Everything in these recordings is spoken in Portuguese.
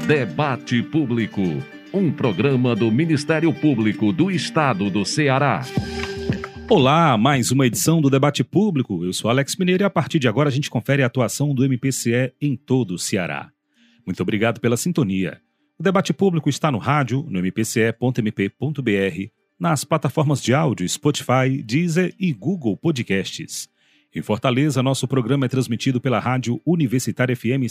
Debate Público, um programa do Ministério Público do Estado do Ceará. Olá, mais uma edição do Debate Público. Eu sou Alex Mineiro e a partir de agora a gente confere a atuação do MPCE em todo o Ceará. Muito obrigado pela sintonia. O Debate Público está no rádio, no mpce.mp.br, nas plataformas de áudio Spotify, Deezer e Google Podcasts. Em Fortaleza, nosso programa é transmitido pela Rádio Universitária FM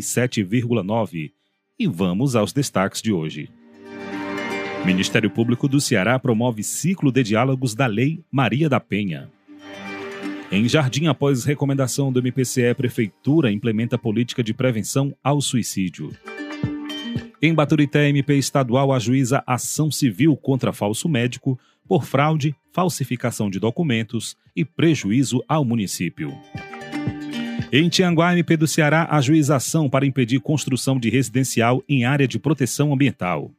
107,9. E vamos aos destaques de hoje. Ministério Público do Ceará promove ciclo de diálogos da Lei Maria da Penha. Em Jardim, após recomendação do MPCE, Prefeitura implementa política de prevenção ao suicídio. Em Baturité, MP estadual ajuiza ação civil contra falso médico por fraude, falsificação de documentos e prejuízo ao município. Em Tianguá, MP do Ceará ajuiza ação para impedir construção de residencial em área de proteção ambiental.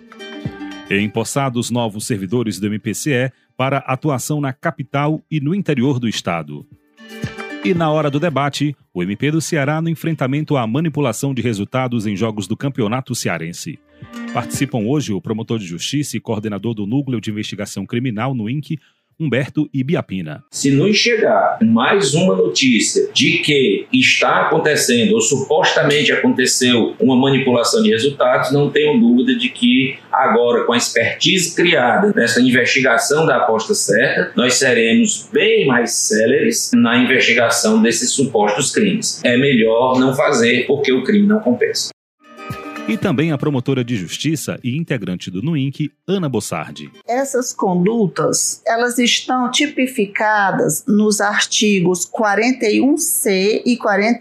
Em Poçados, novos servidores do MPCE para atuação na capital e no interior do estado. E na hora do debate, o MP do Ceará no enfrentamento à manipulação de resultados em jogos do Campeonato Cearense. Participam hoje o promotor de justiça e coordenador do Núcleo de Investigação Criminal no INCRE, Humberto Ibiapina. Se nos chegar mais uma notícia de que está acontecendo ou supostamente aconteceu uma manipulação de resultados, não tenho dúvida de que agora, com a expertise criada nessa investigação da aposta certa, nós seremos bem mais céleres na investigação desses supostos crimes. É melhor não fazer porque o crime não compensa. E também a promotora de justiça e integrante do NUINC, Ana Bossardi. Essas condutas, elas estão tipificadas nos artigos 41C e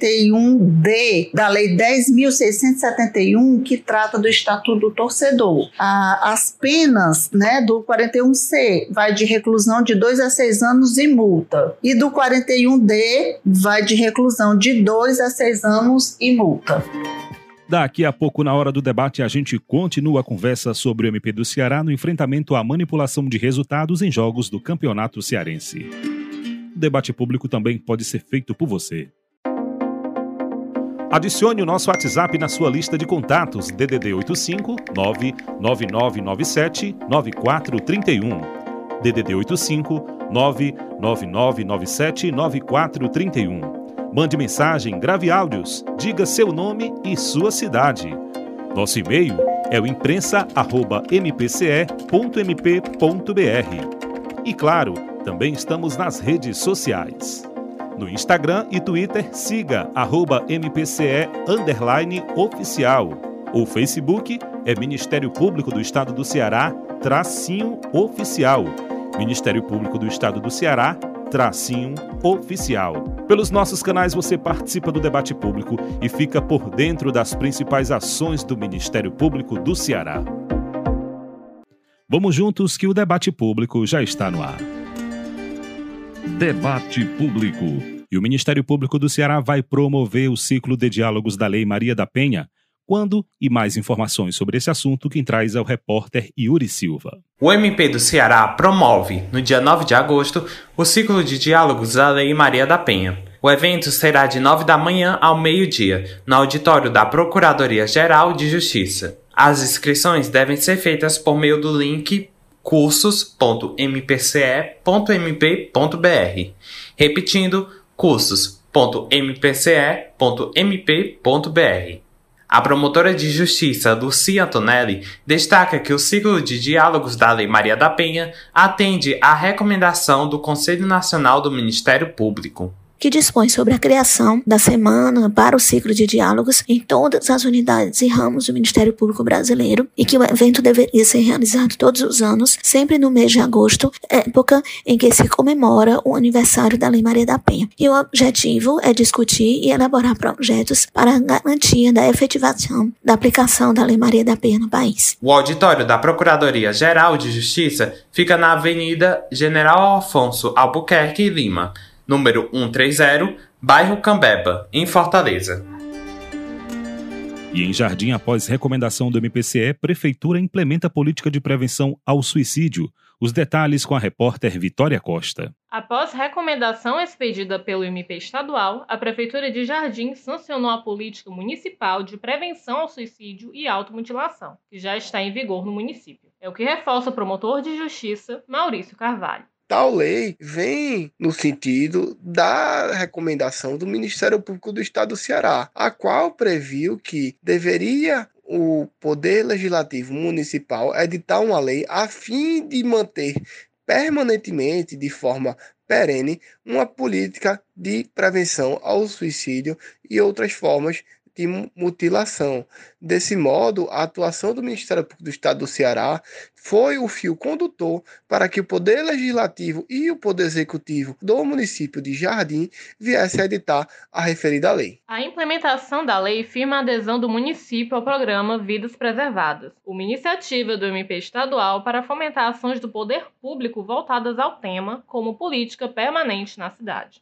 41D da Lei 10.671, que trata do Estatuto do Torcedor. As penas, do 41C vai de reclusão de 2 a 6 anos e multa. E do 41D vai de reclusão de 2 a 6 anos e multa. Daqui a pouco, na hora do debate, a gente continua a conversa sobre o MP do Ceará no enfrentamento à manipulação de resultados em jogos do Campeonato Cearense. O debate público também pode ser feito por você. Adicione o nosso WhatsApp na sua lista de contatos, DDD 85 99997 9431. DDD 85 99997 9431. Mande mensagem, grave áudios, diga seu nome e sua cidade. Nosso e-mail é o imprensa@mpce.mp.br. E claro, também estamos nas redes sociais. No Instagram e Twitter, siga @MPCE_oficial. O Facebook é Ministério Público do Estado do Ceará, _oficial. Ministério Público do Estado do Ceará, _oficial. Pelos nossos canais você participa do debate público e fica por dentro das principais ações do Ministério Público do Ceará. Vamos juntos que o debate público já está no ar. Debate Público. E o Ministério Público do Ceará vai promover o ciclo de diálogos da Lei Maria da Penha. Quando? E mais informações sobre esse assunto, quem traz é o repórter Yuri Silva. O MP do Ceará promove, no dia 9 de agosto, o ciclo de diálogos da Lei Maria da Penha. O evento será de 9 da manhã ao meio-dia, no auditório da Procuradoria-Geral de Justiça. As inscrições devem ser feitas por meio do link cursos.mpce.mp.br. Repetindo, cursos.mpce.mp.br. A promotora de justiça, Lucia Antonelli, destaca que o ciclo de diálogos da Lei Maria da Penha atende à recomendação do Conselho Nacional do Ministério Público, que dispõe sobre a criação da semana para o ciclo de diálogos em todas as unidades e ramos do Ministério Público Brasileiro e que o evento deveria ser realizado todos os anos, sempre no mês de agosto, época em que se comemora o aniversário da Lei Maria da Penha. E o objetivo é discutir e elaborar projetos para a garantia da efetivação da aplicação da Lei Maria da Penha no país. O auditório da Procuradoria-Geral de Justiça fica na Avenida General Afonso Albuquerque Lima, número 130, bairro Cambeba, em Fortaleza. E em Jardim, após recomendação do MPCE, Prefeitura implementa política de prevenção ao suicídio. Os detalhes com a repórter Vitória Costa. Após recomendação expedida pelo MP estadual, a Prefeitura de Jardim sancionou a política municipal de prevenção ao suicídio e automutilação, que já está em vigor no município. É o que reforça o promotor de justiça, Maurício Carvalho. Tal lei vem no sentido da recomendação do Ministério Público do Estado do Ceará, a qual previu que deveria o Poder Legislativo Municipal editar uma lei a fim de manter permanentemente, de forma perene, uma política de prevenção ao suicídio e outras formas de mutilação. Desse modo, a atuação do Ministério Público do Estado do Ceará foi o fio condutor para que o Poder Legislativo e o Poder Executivo do município de Jardim viessem a editar a referida lei. A implementação da lei firma a adesão do município ao programa Vidas Preservadas, uma iniciativa do MP estadual para fomentar ações do poder público voltadas ao tema como política permanente na cidade.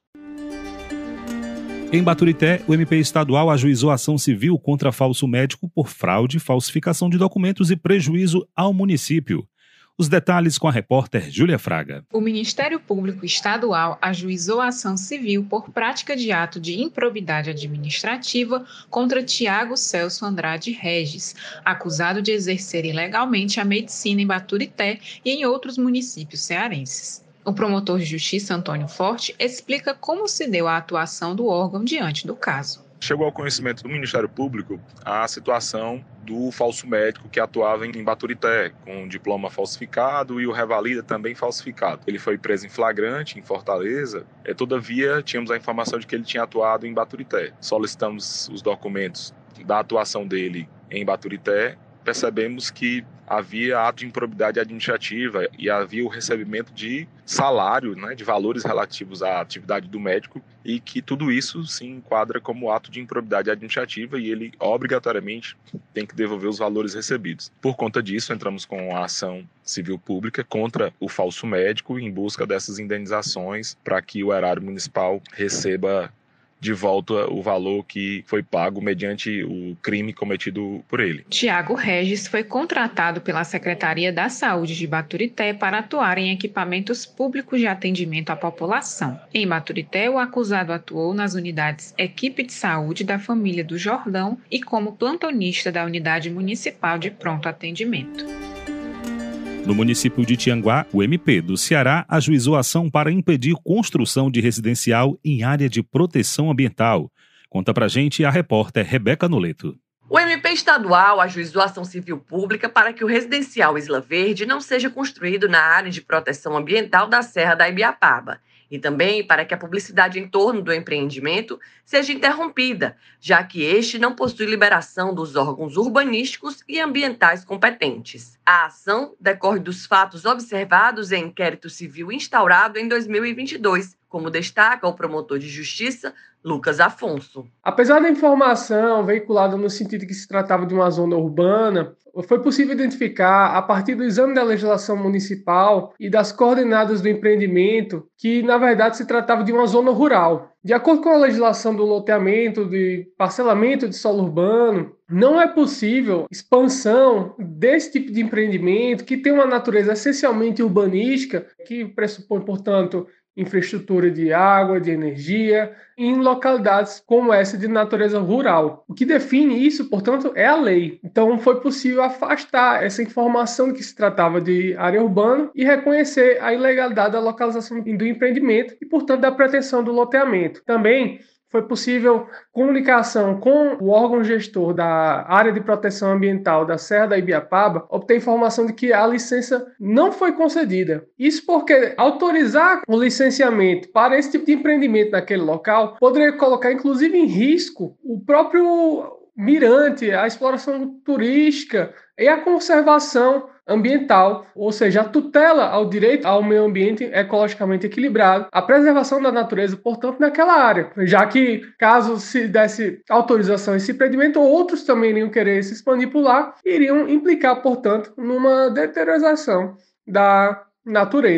Em Baturité, o MP estadual ajuizou ação civil contra falso médico por fraude, falsificação de documentos e prejuízo ao município. Os detalhes com a repórter Júlia Fraga. O Ministério Público Estadual ajuizou a ação civil por prática de ato de improbidade administrativa contra Tiago Celso Andrade Regis, acusado de exercer ilegalmente a medicina em Baturité e em outros municípios cearenses. O promotor de justiça, Antônio Forte, explica como se deu a atuação do órgão diante do caso. Chegou ao conhecimento do Ministério Público a situação do falso médico que atuava em Baturité, com diploma falsificado e o Revalida também falsificado. Ele foi preso em flagrante em Fortaleza, todavia tínhamos a informação de que ele tinha atuado em Baturité. Solicitamos os documentos da atuação dele em Baturité, percebemos que havia ato de improbidade administrativa e havia o recebimento de salário, de valores relativos à atividade do médico, e que tudo isso se enquadra como ato de improbidade administrativa e ele obrigatoriamente tem que devolver os valores recebidos. Por conta disso, entramos com a ação civil pública contra o falso médico em busca dessas indenizações para que o erário municipal receba de volta o valor que foi pago mediante o crime cometido por ele. Tiago Regis foi contratado pela Secretaria da Saúde de Baturité para atuar em equipamentos públicos de atendimento à população. Em Baturité, o acusado atuou nas unidades Equipe de Saúde da família do Jordão e como plantonista da Unidade Municipal de Pronto Atendimento. No município de Tianguá, o MP do Ceará ajuizou ação para impedir construção de residencial em área de proteção ambiental. Conta pra gente a repórter Rebeca Noleto. O MP estadual ajuizou ação civil pública para que o residencial Isla Verde não seja construído na área de proteção ambiental da Serra da Ibiapaba. E também para que a publicidade em torno do empreendimento seja interrompida, já que este não possui liberação dos órgãos urbanísticos e ambientais competentes. A ação decorre dos fatos observados em inquérito civil instaurado em 2022, como destaca o promotor de justiça, Lucas Afonso. Apesar da informação veiculada no sentido que se tratava de uma zona urbana, foi possível identificar, a partir do exame da legislação municipal e das coordenadas do empreendimento, que, na verdade, se tratava de uma zona rural. De acordo com a legislação do loteamento, de parcelamento de solo urbano, não é possível expansão desse tipo de empreendimento, que tem uma natureza essencialmente urbanística, que pressupõe, portanto, infraestrutura de água, de energia, em localidades como essa de natureza rural. O que define isso, portanto, é a lei. Então, foi possível afastar essa informação de que se tratava de área urbana e reconhecer a ilegalidade da localização do empreendimento e, portanto, da pretensão do loteamento. Também foi possível comunicação com o órgão gestor da área de proteção ambiental da Serra da Ibiapaba, obter informação de que a licença não foi concedida. Isso porque autorizar o licenciamento para esse tipo de empreendimento naquele local poderia colocar, inclusive, em risco o próprio mirante, a exploração turística e a conservação ambiental, ou seja, a tutela ao direito ao meio ambiente ecologicamente equilibrado, a preservação da natureza, portanto, naquela área, já que, caso se desse autorização a esse empreendimento, outros também iriam querer se expandir por lá, iriam implicar, portanto, numa deterioração da natureza.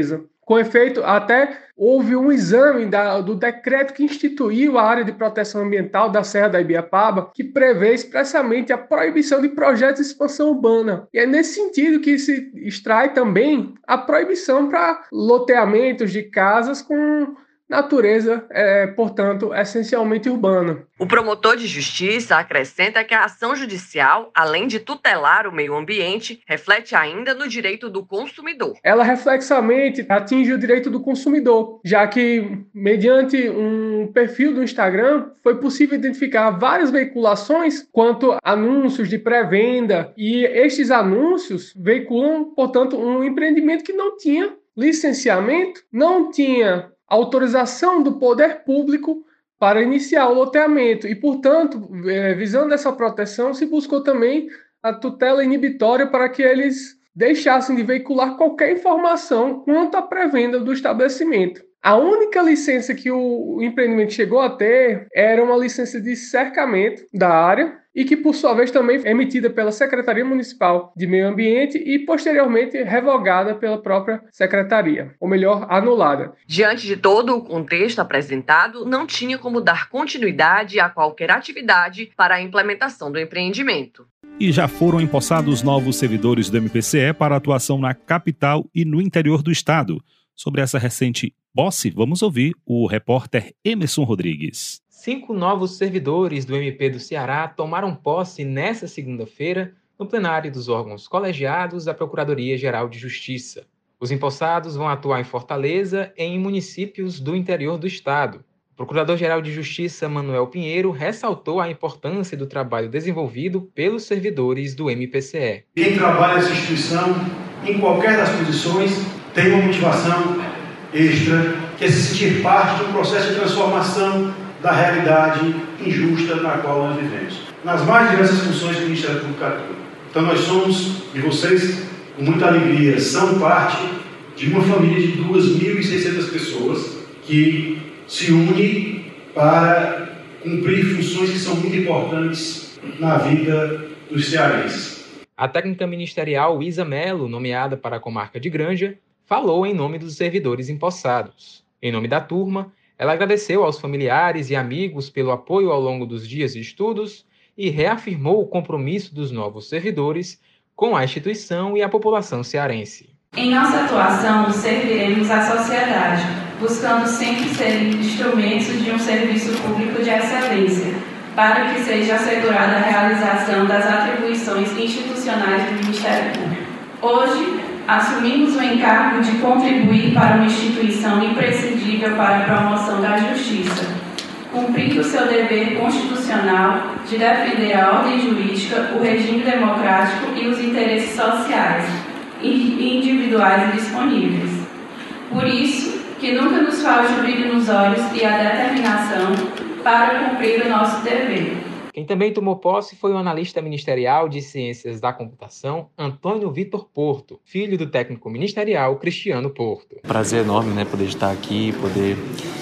Com efeito, até houve um exame do decreto que instituiu a área de proteção ambiental da Serra da Ibiapaba, que prevê expressamente a proibição de projetos de expansão urbana. E é nesse sentido que se extrai também a proibição para loteamentos de casas com natureza, portanto, essencialmente urbana. O promotor de justiça acrescenta que a ação judicial, além de tutelar o meio ambiente, reflete ainda no direito do consumidor. Ela reflexamente atinge o direito do consumidor, já que, mediante um perfil do Instagram, foi possível identificar várias veiculações quanto a anúncios de pré-venda, e estes anúncios veiculam, portanto, um empreendimento que não tinha licenciamento, não tinha autorização do poder público para iniciar o loteamento e, portanto, visando essa proteção, se buscou também a tutela inibitória para que eles deixassem de veicular qualquer informação quanto à pré-venda do estabelecimento. A única licença que o empreendimento chegou a ter era uma licença de cercamento da área e que, por sua vez, também é emitida pela Secretaria Municipal de Meio Ambiente e, posteriormente, revogada pela própria Secretaria, ou melhor, anulada. Diante de todo o contexto apresentado, não tinha como dar continuidade a qualquer atividade para a implementação do empreendimento. E já foram empossados novos servidores do MPCE para atuação na capital e no interior do estado. Sobre essa recente posse, vamos ouvir o repórter Emerson Rodrigues. 5 novos servidores do MP do Ceará tomaram posse nesta segunda-feira no plenário dos órgãos colegiados da Procuradoria-Geral de Justiça. Os empossados vão atuar em Fortaleza e em municípios do interior do estado. O Procurador-Geral de Justiça, Manuel Pinheiro, ressaltou a importância do trabalho desenvolvido pelos servidores do MPCE. Quem trabalha nessa instituição, em qualquer das posições, tem uma motivação extra, que é se sentir parte de um processo de transformação da realidade injusta na qual nós vivemos. Nas mais diversas funções que o Ministério Público atua. Então nós somos, e vocês, com muita alegria, são parte de uma família de 2.600 pessoas que se une para cumprir funções que são muito importantes na vida dos cearenses. A técnica ministerial Isa Melo, nomeada para a comarca de Granja, falou em nome dos servidores empossados. Em nome da turma, ela agradeceu aos familiares e amigos pelo apoio ao longo dos dias de estudos e reafirmou o compromisso dos novos servidores com a instituição e a população cearense. Em nossa atuação, serviremos à sociedade, buscando sempre ser instrumentos de um serviço público de excelência, para que seja assegurada a realização das atribuições institucionais do Ministério Público. Hoje, assumimos o encargo de contribuir para uma instituição imprescindível para a promoção da justiça, cumprindo seu dever constitucional de defender a ordem jurídica, o regime democrático e os interesses sociais, individuais e disponíveis. Por isso, que nunca nos falte o brilho nos olhos e a determinação para cumprir o nosso dever. Quem também tomou posse foi o analista ministerial de Ciências da Computação, Antônio Vitor Porto, filho do técnico ministerial Cristiano Porto. Prazer enorme, poder estar aqui, poder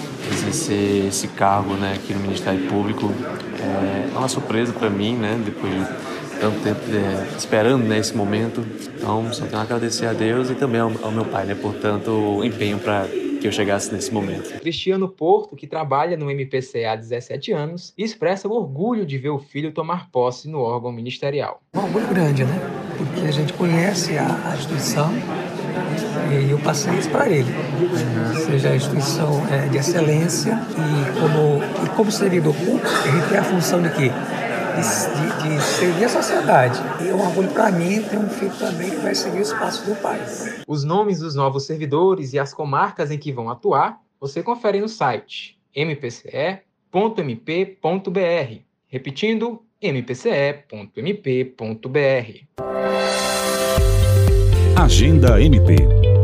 exercer esse cargo, aqui no Ministério Público. É uma surpresa para mim, depois de tanto tempo esperando esse momento. Então, só tenho a agradecer a Deus e também ao meu pai, por tanto empenho para que eu chegasse nesse momento. Cristiano Porto, que trabalha no MPCE há 17 anos, expressa o orgulho de ver o filho tomar posse no órgão ministerial. Um orgulho grande, Porque a gente conhece a instituição e eu passei isso para ele. Seja a instituição de excelência e como servidor público, a gente tem a função de quê? De servir a sociedade. E é um orgulho para mim ter um filho também que vai seguir os passos do pai. Os nomes dos novos servidores e as comarcas em que vão atuar, você confere no site mpce.mp.br. Repetindo, mpce.mp.br. Agenda MP.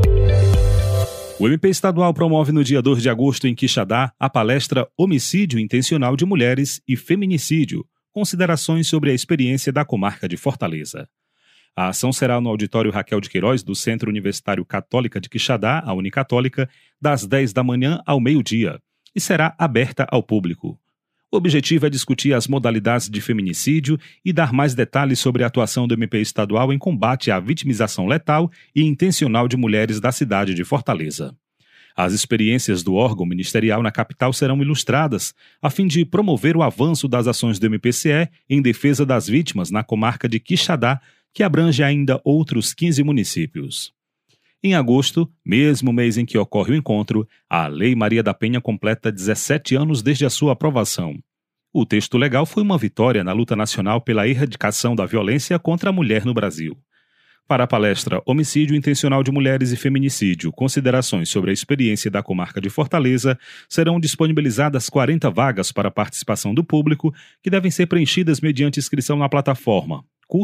O MP estadual promove no dia 2 de agosto em Quixadá a palestra Homicídio Intencional de Mulheres e Feminicídio, considerações sobre a experiência da comarca de Fortaleza. A ação será no auditório Raquel de Queiroz do Centro Universitário Católica de Quixadá, a Unicatólica, das 10 da manhã ao meio-dia, e será aberta ao público. O objetivo é discutir as modalidades de feminicídio e dar mais detalhes sobre a atuação do MP estadual em combate à vitimização letal e intencional de mulheres da cidade de Fortaleza. As experiências do órgão ministerial na capital serão ilustradas, a fim de promover o avanço das ações do MPCE em defesa das vítimas na comarca de Quixadá, que abrange ainda outros 15 municípios. Em agosto, mesmo mês em que ocorre o encontro, a Lei Maria da Penha completa 17 anos desde a sua aprovação. O texto legal foi uma vitória na luta nacional pela erradicação da violência contra a mulher no Brasil. Para a palestra Homicídio Intencional de Mulheres e Feminicídio, considerações sobre a experiência da comarca de Fortaleza, serão disponibilizadas 40 vagas para participação do público, que devem ser preenchidas mediante inscrição na plataforma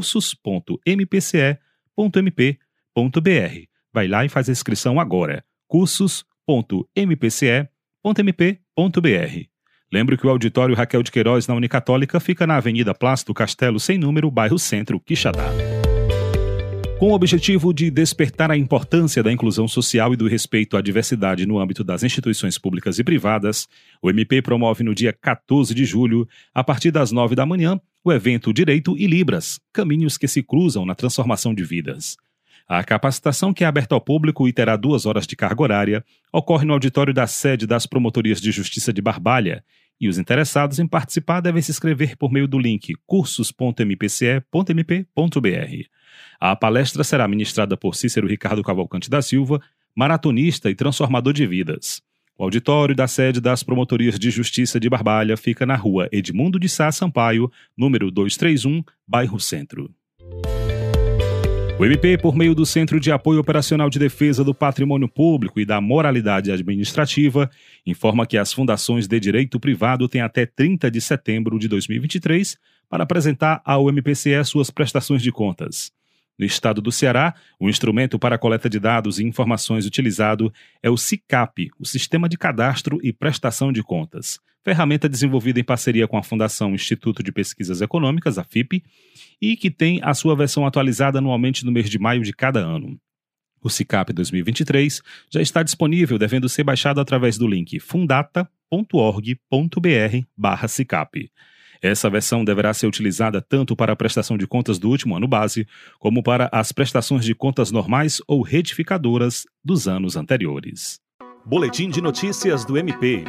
cursos.mpce.mp.br. Vai lá e faz a inscrição agora. cursos.mpce.mp.br. Lembre que o auditório Raquel de Queiroz na Unicatólica fica na Avenida Plácido Castelo Sem Número, bairro Centro, Quixadá. Com o objetivo de despertar a importância da inclusão social e do respeito à diversidade no âmbito das instituições públicas e privadas, o MP promove no dia 14 de julho, a partir das 9 da manhã, o evento Direito e Libras, caminhos que se cruzam na transformação de vidas. A capacitação, que é aberta ao público e terá 2 horas de carga horária, ocorre no auditório da sede das Promotorias de Justiça de Barbalha, e os interessados em participar devem se inscrever por meio do link cursos.mpce.mp.br. A palestra será ministrada por Cícero Ricardo Cavalcante da Silva, maratonista e transformador de vidas. O auditório da sede das Promotorias de Justiça de Barbalha fica na rua Edmundo de Sá Sampaio, número 231, bairro Centro. O MP, por meio do Centro de Apoio Operacional de Defesa do Patrimônio Público e da Moralidade Administrativa, informa que as fundações de direito privado têm até 30 de setembro de 2023 para apresentar ao MPCE suas prestações de contas. No estado do Ceará, o instrumento para a coleta de dados e informações utilizado é o SICAP, o Sistema de Cadastro e Prestação de Contas, ferramenta desenvolvida em parceria com a Fundação Instituto de Pesquisas Econômicas, a FIP, e que tem a sua versão atualizada anualmente no mês de maio de cada ano. O SICAP 2023 já está disponível, devendo ser baixado através do link fundata.org.br/SICAP. Essa versão deverá ser utilizada tanto para a prestação de contas do último ano base, como para as prestações de contas normais ou retificadoras dos anos anteriores. Boletim de notícias do MP.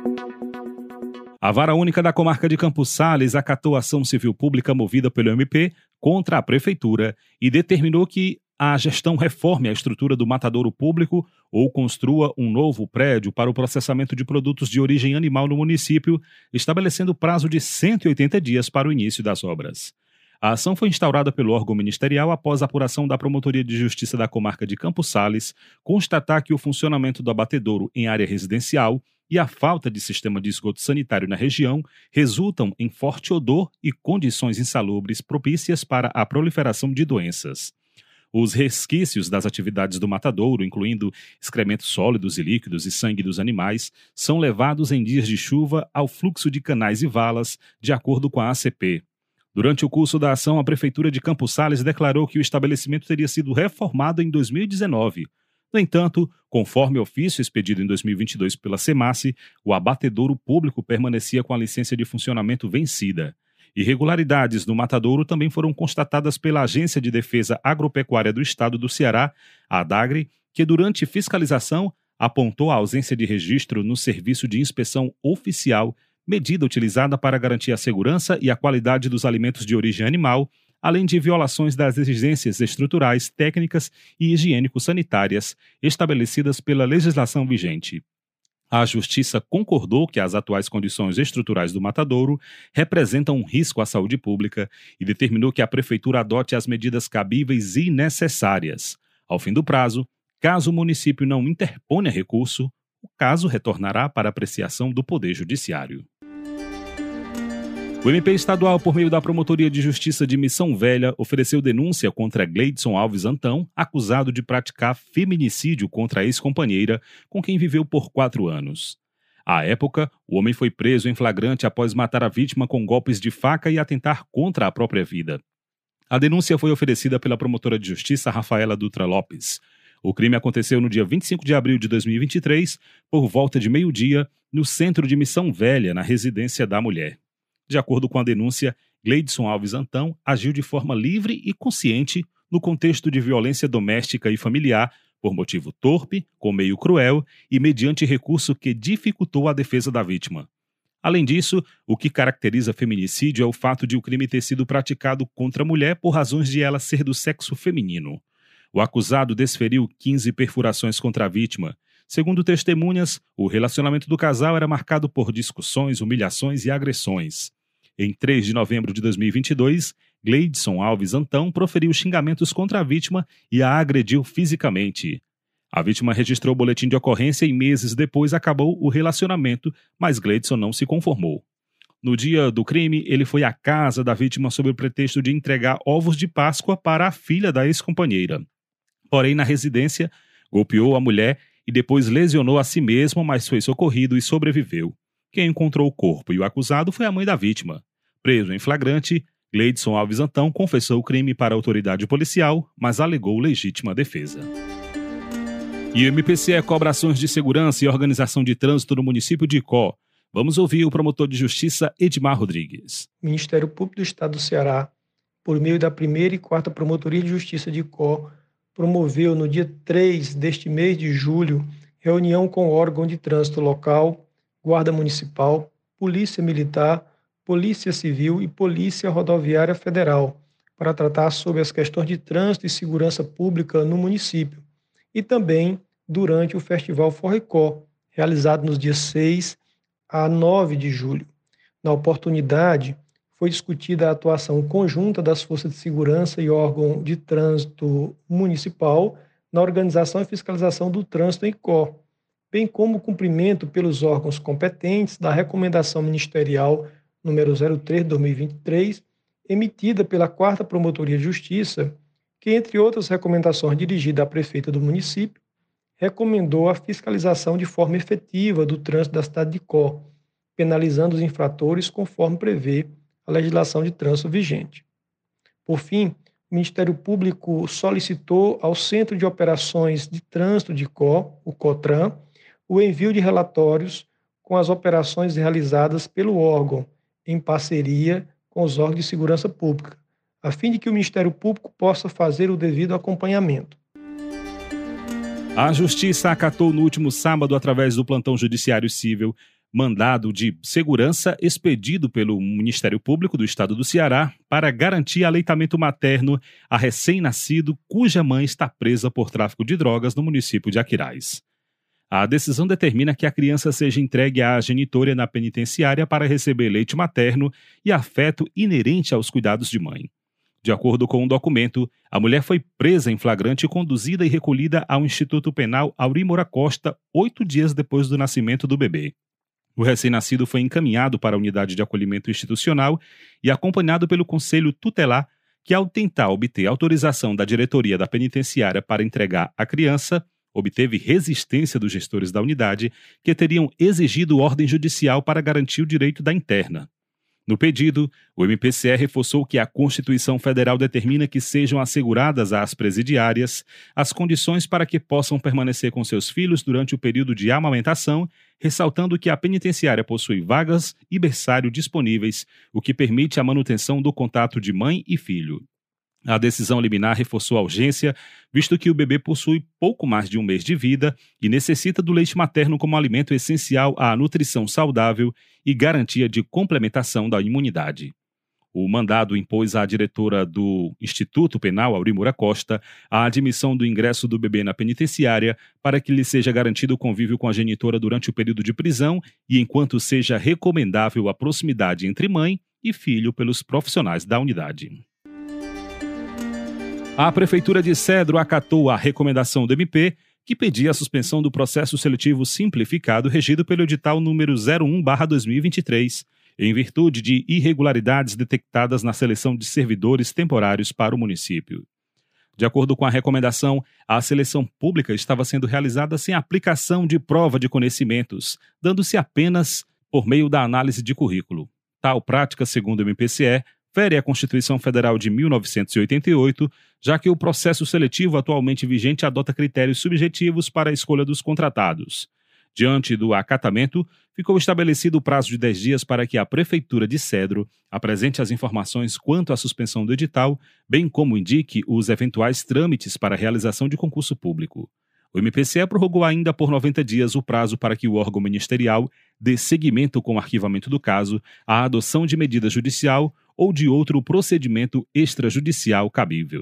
A Vara Única da Comarca de Campos Sales acatou a ação civil pública movida pelo MP contra a Prefeitura e determinou que a gestão reforme a estrutura do matadouro público ou construa um novo prédio para o processamento de produtos de origem animal no município, estabelecendo prazo de 180 dias para o início das obras. A ação foi instaurada pelo órgão ministerial após a apuração da Promotoria de Justiça da Comarca de Campos Sales constatar que o funcionamento do abatedouro em área residencial e a falta de sistema de esgoto sanitário na região resultam em forte odor e condições insalubres propícias para a proliferação de doenças. Os resquícios das atividades do matadouro, incluindo excrementos sólidos e líquidos e sangue dos animais, são levados em dias de chuva ao fluxo de canais e valas, de acordo com a ACP. Durante o curso da ação, a Prefeitura de Campos Sales declarou que o estabelecimento teria sido reformado em 2019. No entanto, conforme ofício expedido em 2022 pela SEMASSE, o abatedouro público permanecia com a licença de funcionamento vencida. Irregularidades no matadouro também foram constatadas pela Agência de Defesa Agropecuária do Estado do Ceará, a ADAGRE, que durante fiscalização apontou a ausência de registro no Serviço de Inspeção Oficial, medida utilizada para garantir a segurança e a qualidade dos alimentos de origem animal, além de violações das exigências estruturais, técnicas e higiênico-sanitárias estabelecidas pela legislação vigente. A Justiça concordou que as atuais condições estruturais do matadouro representam um risco à saúde pública e determinou que a Prefeitura adote as medidas cabíveis e necessárias. Ao fim do prazo, caso o município não interponha recurso, o caso retornará para apreciação do Poder Judiciário. O MP estadual, por meio da Promotoria de Justiça de Missão Velha, ofereceu denúncia contra Gleidson Alves Antão, acusado de praticar feminicídio contra a ex-companheira, com quem viveu por 4 anos. À época, o homem foi preso em flagrante após matar a vítima com golpes de faca e atentar contra a própria vida. A denúncia foi oferecida pela promotora de justiça Rafaela Dutra Lopes. O crime aconteceu no dia 25 de abril de 2023, por volta de meio-dia, no centro de Missão Velha, na residência da mulher. De acordo com a denúncia, Gleidson Alves Antão agiu de forma livre e consciente no contexto de violência doméstica e familiar, por motivo torpe, com meio cruel e mediante recurso que dificultou a defesa da vítima. Além disso, o que caracteriza feminicídio é o fato de o crime ter sido praticado contra a mulher por razões de ela ser do sexo feminino. O acusado desferiu 15 perfurações contra a vítima. Segundo testemunhas, o relacionamento do casal era marcado por discussões, humilhações e agressões. Em 3 de novembro de 2022, Gleidson Alves Antão proferiu xingamentos contra a vítima e a agrediu fisicamente. A vítima registrou o boletim de ocorrência e meses depois acabou o relacionamento, mas Gleidson não se conformou. No dia do crime, ele foi à casa da vítima sob o pretexto de entregar ovos de Páscoa para a filha da ex-companheira. Porém, na residência, golpeou a mulher e depois lesionou a si mesmo, mas foi socorrido e sobreviveu. Quem encontrou o corpo e o acusado foi a mãe da vítima. Preso em flagrante, Gleidson Alves Antão confessou o crime para a autoridade policial, mas alegou legítima defesa. E o MPCE cobra ações de segurança e organização de trânsito no município de Icó. Vamos ouvir o promotor de justiça Edmar Rodrigues. O Ministério Público do Estado do Ceará, por meio da 1ª e 4ª Promotoria de Justiça de Icó, promoveu no dia 3 deste mês de julho reunião com o órgão de trânsito local, Guarda Municipal, Polícia Militar, Polícia Civil e Polícia Rodoviária Federal, para tratar sobre as questões de trânsito e segurança pública no município, e também durante o Festival Forricó, realizado nos dias 6 a 9 de julho. Na oportunidade, foi discutida a atuação conjunta das forças de segurança e órgão de trânsito municipal na organização e fiscalização do trânsito em Icó, bem como o cumprimento pelos órgãos competentes da recomendação ministerial número 03/2023, emitida pela 4ª Promotoria de Justiça, que, entre outras recomendações dirigidas à prefeita do município, recomendou a fiscalização de forma efetiva do trânsito da cidade de Icó, penalizando os infratores conforme prevê a legislação de trânsito vigente. Por fim, o Ministério Público solicitou ao Centro de Operações de Trânsito de Icó, o COTRAN, o envio de relatórios com as operações realizadas pelo órgão, em parceria com os órgãos de segurança pública, a fim de que o Ministério Público possa fazer o devido acompanhamento. A Justiça acatou no último sábado, através do plantão judiciário civil, mandado de segurança expedido pelo Ministério Público do Estado do Ceará para garantir aleitamento materno a recém-nascido cuja mãe está presa por tráfico de drogas no município de Aquiraz. A decisão determina que a criança seja entregue à genitora na penitenciária para receber leite materno e afeto inerente aos cuidados de mãe. De acordo com um documento, a mulher foi presa em flagrante, conduzida e recolhida ao Instituto Penal Aurimora Costa 8 dias depois do nascimento do bebê. O recém-nascido foi encaminhado para a unidade de acolhimento institucional e acompanhado pelo Conselho Tutelar, que, ao tentar obter autorização da diretoria da penitenciária para entregar a criança, obteve resistência dos gestores da unidade, que teriam exigido ordem judicial para garantir o direito da interna. No pedido, o MPCE reforçou que a Constituição Federal determina que sejam asseguradas às presidiárias as condições para que possam permanecer com seus filhos durante o período de amamentação, ressaltando que a penitenciária possui vagas e berçário disponíveis, o que permite a manutenção do contato de mãe e filho. A decisão liminar reforçou a urgência, visto que o bebê possui pouco mais de um mês de vida e necessita do leite materno como alimento essencial à nutrição saudável e garantia de complementação da imunidade. O mandado impôs à diretora do Instituto Penal, Aurimora Costa, a admissão do ingresso do bebê na penitenciária para que lhe seja garantido o convívio com a genitora durante o período de prisão e enquanto seja recomendável a proximidade entre mãe e filho pelos profissionais da unidade. A Prefeitura de Cedro acatou a recomendação do MP, que pedia a suspensão do processo seletivo simplificado regido pelo edital número 01/2023, em virtude de irregularidades detectadas na seleção de servidores temporários para o município. De acordo com a recomendação, a seleção pública estava sendo realizada sem aplicação de prova de conhecimentos, dando-se apenas por meio da análise de currículo. Tal prática, segundo o MPCE, fere a Constituição Federal de 1988, já que o processo seletivo atualmente vigente adota critérios subjetivos para a escolha dos contratados. Diante do acatamento, ficou estabelecido o prazo de 10 dias para que a Prefeitura de Cedro apresente as informações quanto à suspensão do edital, bem como indique os eventuais trâmites para a realização de concurso público. O MPCE prorrogou ainda por 90 dias o prazo para que o órgão ministerial dê seguimento com o arquivamento do caso à adoção de medida judicial ou de outro procedimento extrajudicial cabível.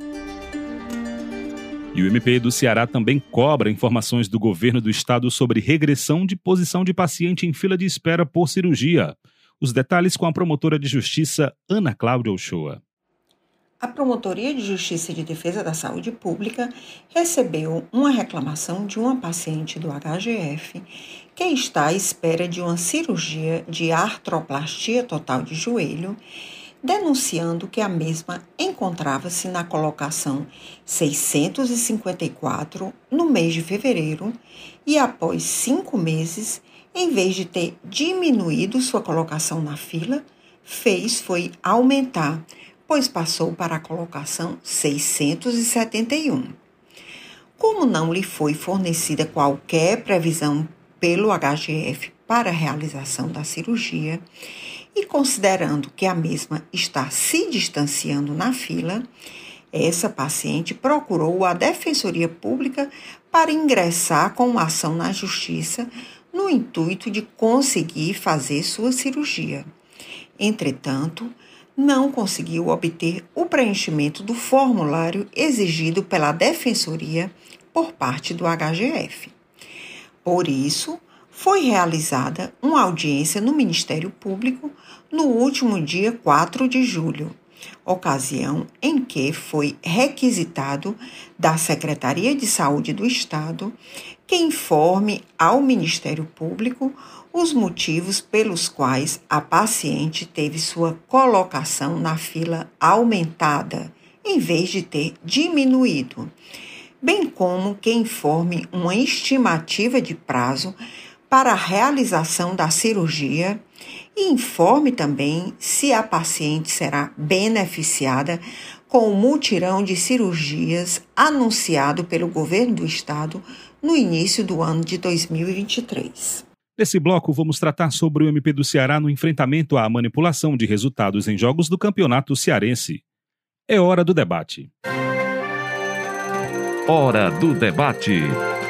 E o MP do Ceará também cobra informações do governo do estado sobre regressão de posição de paciente em fila de espera por cirurgia. Os detalhes com a promotora de justiça Ana Cláudia Uchoa. A Promotoria de Justiça e de Defesa da Saúde Pública recebeu uma reclamação de uma paciente do HGF que está à espera de uma cirurgia de artroplastia total de joelho, denunciando que a mesma encontrava-se na colocação 654 no mês de fevereiro e após 5 meses, em vez de ter diminuído sua colocação na fila, foi aumentar, pois passou para a colocação 671. Como não lhe foi fornecida qualquer previsão pelo HGF para a realização da cirurgia, e considerando que a mesma está se distanciando na fila, essa paciente procurou a Defensoria Pública para ingressar com uma ação na Justiça no intuito de conseguir fazer sua cirurgia. Entretanto, não conseguiu obter o preenchimento do formulário exigido pela Defensoria por parte do HGF. Por isso, foi realizada uma audiência no Ministério Público no último dia 4 de julho, ocasião em que foi requisitado da Secretaria de Saúde do Estado que informe ao Ministério Público os motivos pelos quais a paciente teve sua colocação na fila aumentada, em vez de ter diminuído, bem como que informe uma estimativa de prazo para a realização da cirurgia e informe também se a paciente será beneficiada com o mutirão de cirurgias anunciado pelo governo do estado no início do ano de 2023. Nesse bloco, vamos tratar sobre o MP do Ceará no enfrentamento à manipulação de resultados em jogos do Campeonato Cearense. É hora do debate. Hora do debate.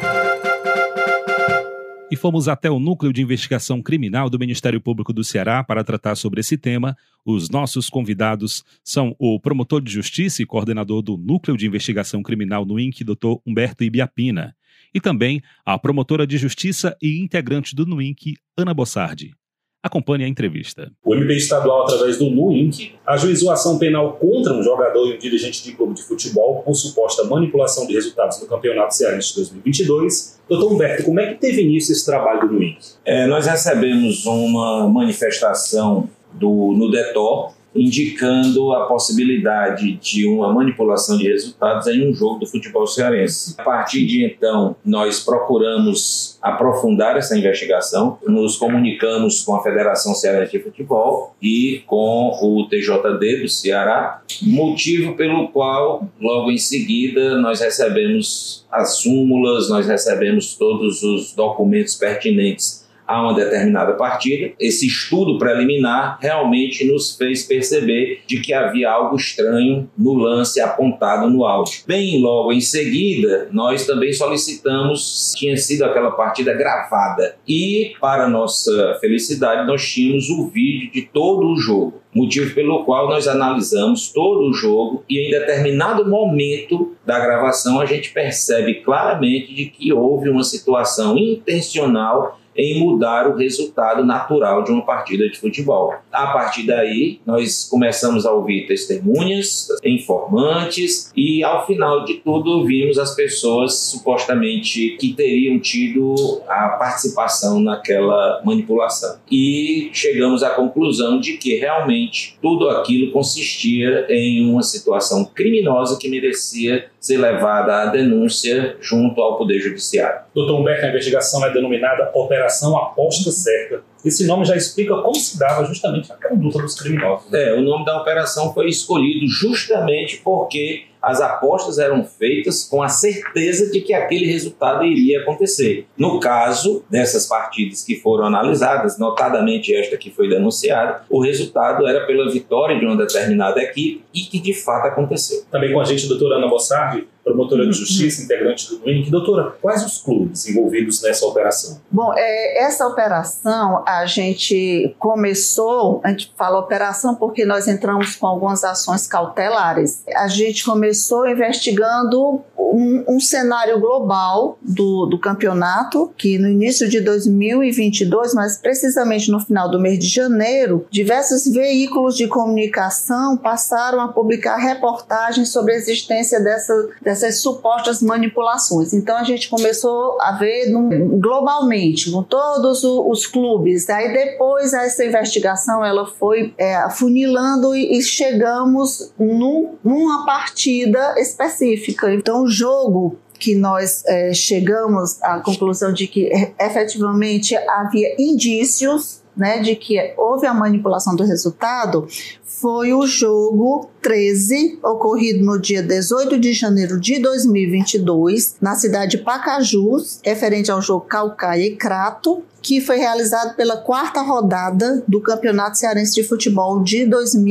E fomos até o Núcleo de Investigação Criminal do Ministério Público do Ceará para tratar sobre esse tema. Os nossos convidados são o promotor de justiça e coordenador do Núcleo de Investigação Criminal no INCE, Dr. Humberto Ibiapina, e também a promotora de justiça e integrante do NUINC, Ana Bossardi. Acompanhe a entrevista. O MP estadual, através do NUINC, ajuizou ação penal contra um jogador e um dirigente de clube de futebol por suposta manipulação de resultados no Campeonato Cearense de 2022. Doutor Humberto, como é que teve início esse trabalho do NUINC? Nós recebemos uma manifestação no DETOR, indicando a possibilidade de uma manipulação de resultados em um jogo do futebol cearense. A partir de então, nós procuramos aprofundar essa investigação, nos comunicamos com a Federação Cearense de Futebol e com o TJD do Ceará, motivo pelo qual, logo em seguida, nós recebemos as súmulas, nós recebemos todos os documentos pertinentes a uma determinada partida. Esse estudo preliminar realmente nos fez perceber de que havia algo estranho no lance apontado no áudio. Bem logo em seguida, nós também solicitamos, tinha sido aquela partida gravada e, para nossa felicidade, nós tínhamos o vídeo de todo o jogo, motivo pelo qual nós analisamos todo o jogo e em determinado momento da gravação a gente percebe claramente de que houve uma situação intencional em mudar o resultado natural de uma partida de futebol. A partir daí, nós começamos a ouvir testemunhas, informantes e, ao final de tudo, vimos as pessoas supostamente que teriam tido a participação naquela manipulação. E chegamos à conclusão de que, realmente, tudo aquilo consistia em uma situação criminosa que merecia ser levada à denúncia junto ao Poder Judiciário. Doutor Humberto, a investigação é denominada Operação Aposta Certa. Esse nome já explica como se dava justamente a conduta dos criminosos. O nome da operação foi escolhido justamente porque as apostas eram feitas com a certeza de que aquele resultado iria acontecer. No caso dessas partidas que foram analisadas, notadamente esta que foi denunciada, o resultado era pela vitória de uma determinada equipe e que de fato aconteceu. Também com a gente, doutora Ana Bossardi, promotora de justiça, integrante do NUINC. Doutora, quais os clubes envolvidos nessa operação? Bom, essa operação a gente começou, a gente fala operação porque nós entramos com algumas ações cautelares. A gente começou investigando um cenário global do campeonato, que no início de 2022, mas precisamente no final do mês de janeiro, diversos veículos de comunicação passaram a publicar reportagens sobre a existência dessas supostas manipulações. Então a gente começou a ver globalmente, com todos os clubes. Aí depois essa investigação ela foi afunilando e chegamos numa partida específica. Então o jogo que nós chegamos à conclusão de que efetivamente havia indícios, né, de que houve a manipulação do resultado, foi o jogo 13, ocorrido no dia 18 de janeiro de 2022, na cidade de Pacajus, referente ao jogo Caucaia e Crato, que foi realizado pela 4ª rodada do Campeonato Cearense de Futebol de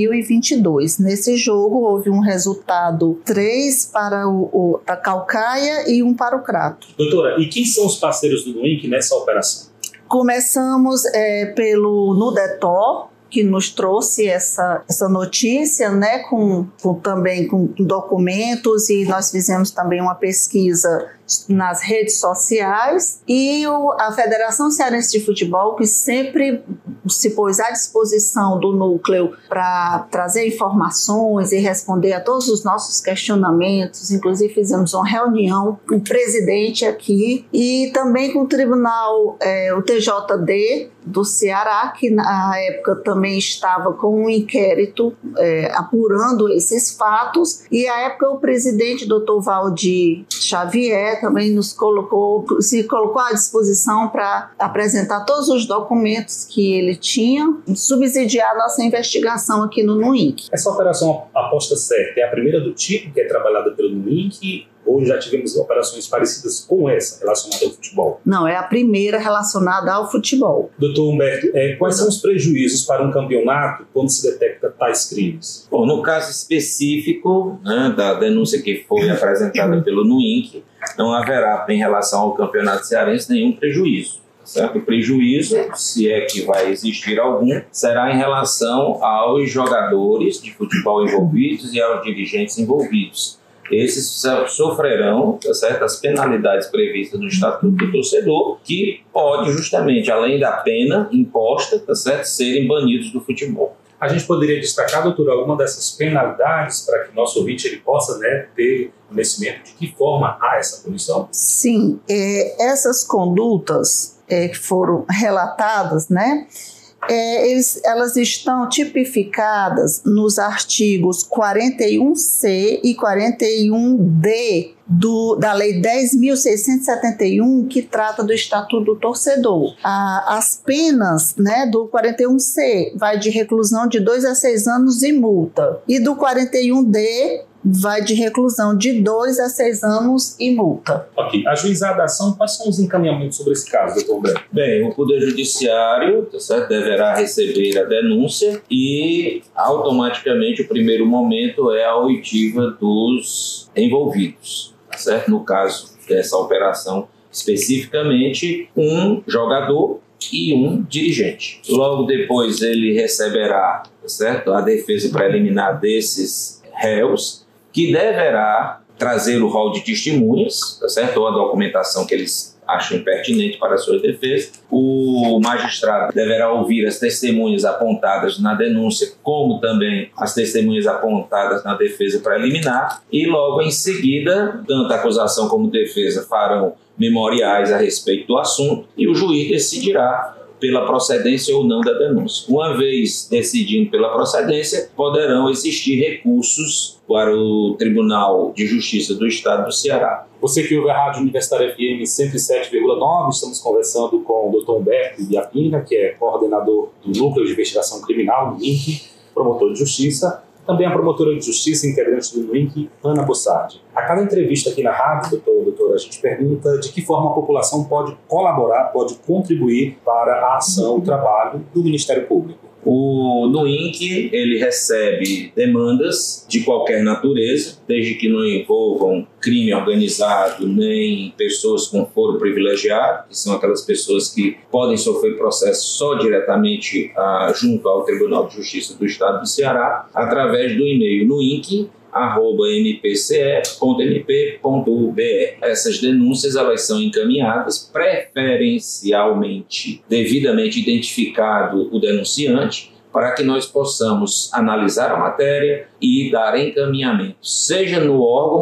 2022. Nesse jogo, houve um resultado 3 para a Caucaia e 1 para o Crato. Doutora, e quem são os parceiros do NUINC nessa operação? Começamos pelo Nudetor, que nos trouxe essa notícia, né, também com documentos, e nós fizemos também uma pesquisa nas redes sociais, e a Federação Cearense de Futebol, que sempre se pôs à disposição do núcleo para trazer informações e responder a todos os nossos questionamentos. Inclusive fizemos uma reunião com o presidente aqui, e também com o tribunal, o TJD do Ceará, que na época também estava com um inquérito apurando esses fatos, e à época o presidente, Dr. Valdir Xavier, também se colocou à disposição para apresentar todos os documentos que ele tinha, subsidiar a nossa investigação aqui no NUINC. Essa operação Aposta Certa é a primeira do tipo que é trabalhada pelo NUINC, ou já tivemos operações parecidas com essa, relacionada ao futebol? Não, é a primeira relacionada ao futebol. Doutor Humberto, quais são os prejuízos para um campeonato quando se detecta tais crimes? Bom, no caso específico, né, da denúncia que foi apresentada pelo NUINC, não haverá, em relação ao campeonato cearense, nenhum prejuízo. Certo? O prejuízo, se é que vai existir algum, será em relação aos jogadores de futebol envolvidos e aos dirigentes envolvidos. Esses sofrerão, tá certo, as penalidades previstas no Estatuto do Torcedor, que pode justamente, além da pena imposta, tá certo, serem banidos do futebol. A gente poderia destacar, doutor, alguma dessas penalidades para que o nosso ouvinte ele possa, né, ter conhecimento de que forma há essa punição? Sim, essas condutas que foram relatadas, né, elas estão tipificadas nos artigos 41C e 41D da Lei 10.671, que trata do Estatuto do Torcedor. As penas, né, do 41C vai de reclusão de 2 a 6 anos e multa, e do 41D vai de reclusão de 2 a 6 anos e multa. Ok. Ajuizada a ação, quais são os encaminhamentos sobre esse caso, doutor Humberto? Bem, o Poder Judiciário, tá certo, deverá receber a denúncia e automaticamente o primeiro momento é a oitiva dos envolvidos, tá certo? No caso dessa operação, especificamente um jogador e um dirigente. Logo depois ele receberá, tá certo, a defesa preliminar desses réus, que deverá trazer o rol de testemunhas, tá certo? Ou a documentação que eles acham pertinente para a sua defesa. O magistrado deverá ouvir as testemunhas apontadas na denúncia, como também as testemunhas apontadas na defesa preliminar, e logo em seguida, tanto a acusação como a defesa farão memoriais a respeito do assunto, e o juiz decidirá pela procedência ou não da denúncia. Uma vez decidindo pela procedência, poderão existir recursos para o Tribunal de Justiça do Estado do Ceará. Você que ouve a Rádio Universitária FM 107,9, estamos conversando com o Dr. Humberto Ibiapina, que é coordenador do Núcleo de Investigação Criminal, do NINC, promotor de justiça, também a promotora de justiça integrante do NINC, Ana Bossardi. A cada entrevista aqui na rádio, doutor, a gente pergunta de que forma a população pode colaborar, pode contribuir para a ação, o trabalho do Ministério Público. O NUINC, ele recebe demandas de qualquer natureza, desde que não envolvam crime organizado nem pessoas com foro privilegiado, que são aquelas pessoas que podem sofrer processo só diretamente junto ao Tribunal de Justiça do Estado do Ceará, através do e-mail nuinc@mpce.mp.br. Essas denúncias elas são encaminhadas preferencialmente, devidamente identificado o denunciante, para que nós possamos analisar a matéria e dar encaminhamento, seja no órgão